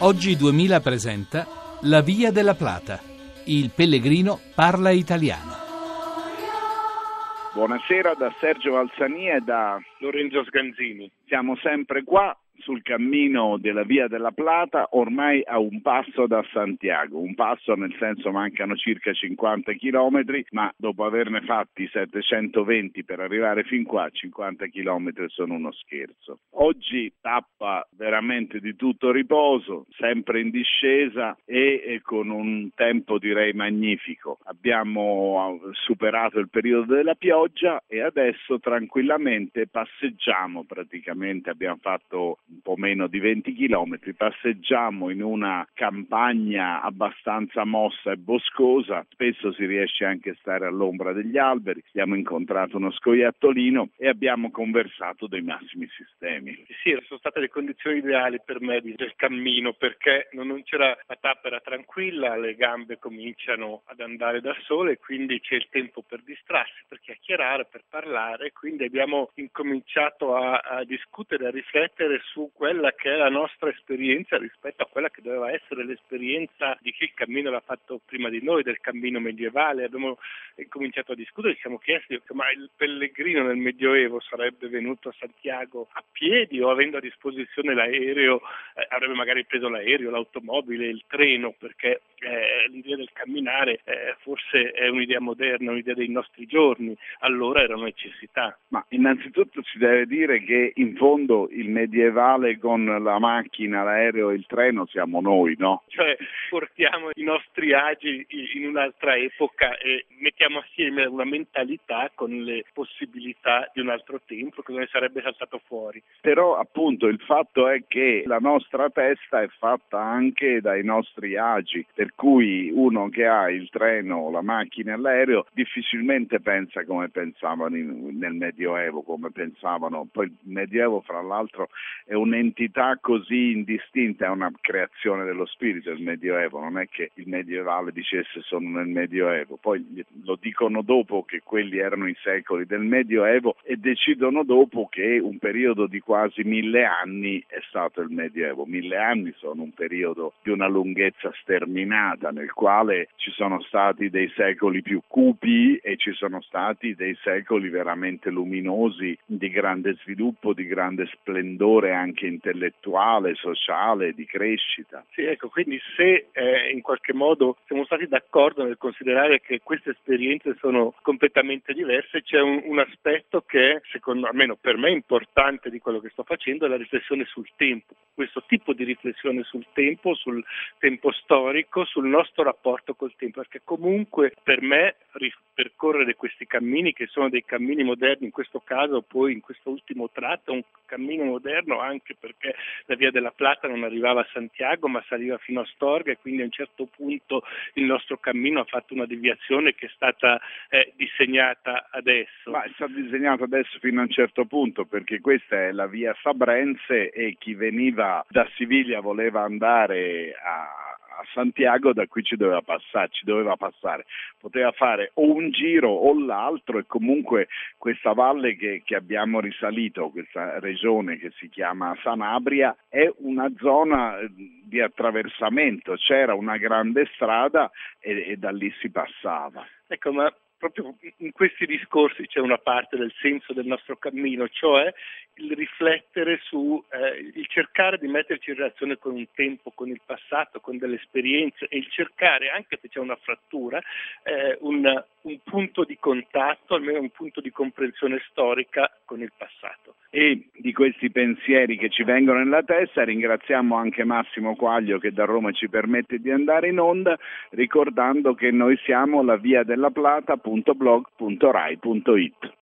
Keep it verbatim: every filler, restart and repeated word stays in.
Oggi duemila presenta La Via della Plata. Il pellegrino parla italiano. Buonasera da Sergio Valsani e da Lorenzo Sganzini. Siamo sempre qua sul cammino della Via della Plata, ormai a un passo da Santiago. Un passo nel senso mancano circa cinquanta chilometri, ma dopo averne fatti settecentoventi per arrivare fin qua, cinquanta chilometri sono uno scherzo. Oggi tappa veramente di tutto riposo, sempre in discesa e, e con un tempo direi magnifico. Abbiamo superato il periodo della pioggia e adesso tranquillamente passeggiamo praticamente, abbiamo fatto un po' meno di venti chilometri, passeggiamo in una campagna abbastanza mossa e boscosa, spesso si riesce anche a stare all'ombra degli alberi, abbiamo incontrato uno scoiattolino e abbiamo conversato dei massimi sistemi. Sì, sono state le condizioni ideali per me del cammino, perché non c'era, la tappa era tranquilla, le gambe cominciano ad andare da sole, quindi c'è il tempo per distrarsi, per chiacchierare, per parlare, quindi abbiamo incominciato a, a discutere, a riflettere su quella che è la nostra esperienza rispetto a quella che doveva essere l'esperienza di chi il cammino l'ha fatto prima di noi, del cammino medievale. Abbiamo cominciato a discutere, ci siamo chiesti ma il pellegrino nel Medioevo sarebbe venuto a Santiago a piedi o avendo a disposizione l'aereo, eh, avrebbe magari preso l'aereo, l'automobile, il treno, perché eh, l'idea del camminare eh, forse è un'idea moderna, un'idea dei nostri giorni, allora era una necessità. Ma innanzitutto si deve dire che in fondo il medievale con la macchina, l'aereo e il treno siamo noi, no? Cioè portiamo i nostri agi in un'altra epoca e mettiamo assieme una mentalità con le possibilità di un altro tempo che non ne sarebbe saltato fuori. Però appunto il fatto è che la nostra testa è fatta anche dai nostri agi, per cui uno che ha il treno, la macchina e l'aereo difficilmente pensa come pensavano in, nel Medioevo, come pensavano. Poi il Medioevo fra l'altro è un'entità così indistinta, è una creazione dello spirito il Medioevo, non è che il medievale dicesse sono nel Medioevo, poi lo dicono dopo che quelli erano i secoli del Medioevo e decidono dopo che un periodo di quasi mille anni è stato il Medioevo. Mille anni sono un periodo di una lunghezza sterminata nel quale ci sono stati dei secoli più cupi e ci sono stati dei secoli veramente luminosi di grande sviluppo, di grande splendore anche intellettuale, sociale, di crescita. Sì, ecco, quindi se eh, in qualche modo siamo stati d'accordo nel considerare che queste esperienze sono completamente diverse, c'è un, un aspetto che secondo almeno per me è importante di quello che sto facendo, è la riflessione sul tempo. Questo tipo di riflessione sul tempo, sul tempo storico, sul nostro rapporto col tempo, perché comunque per me percorrere questi cammini, che sono dei cammini moderni, in questo caso poi in questo ultimo tratto, un cammino moderno anche perché la Via della Plata non arrivava a Santiago ma saliva fino a Astorga e quindi a un certo punto il nostro cammino ha fatto una deviazione che è stata eh, disegnata adesso. Ma è stato disegnato adesso fino a un certo punto, perché questa è la via Sabrense e chi veniva da Siviglia voleva andare a a Santiago, da qui ci doveva passare, ci doveva passare, poteva fare o un giro o l'altro e comunque questa valle che, che abbiamo risalito, questa regione che si chiama Sanabria, è una zona di attraversamento, c'era una grande strada e, e da lì si passava. Ecco, ma proprio in questi discorsi c'è una parte del senso del nostro cammino, cioè il riflettere su, eh, il cercare di metterci in relazione con un tempo, con il passato, con delle esperienze e il cercare, anche se c'è una frattura, eh, un, un punto di contatto, almeno un punto di comprensione storica con il passato. E di questi pensieri che ci vengono nella testa ringraziamo anche Massimo Quaglio che da Roma ci permette di andare in onda, ricordando che noi siamo la via della plata punto blog punto rai punto it.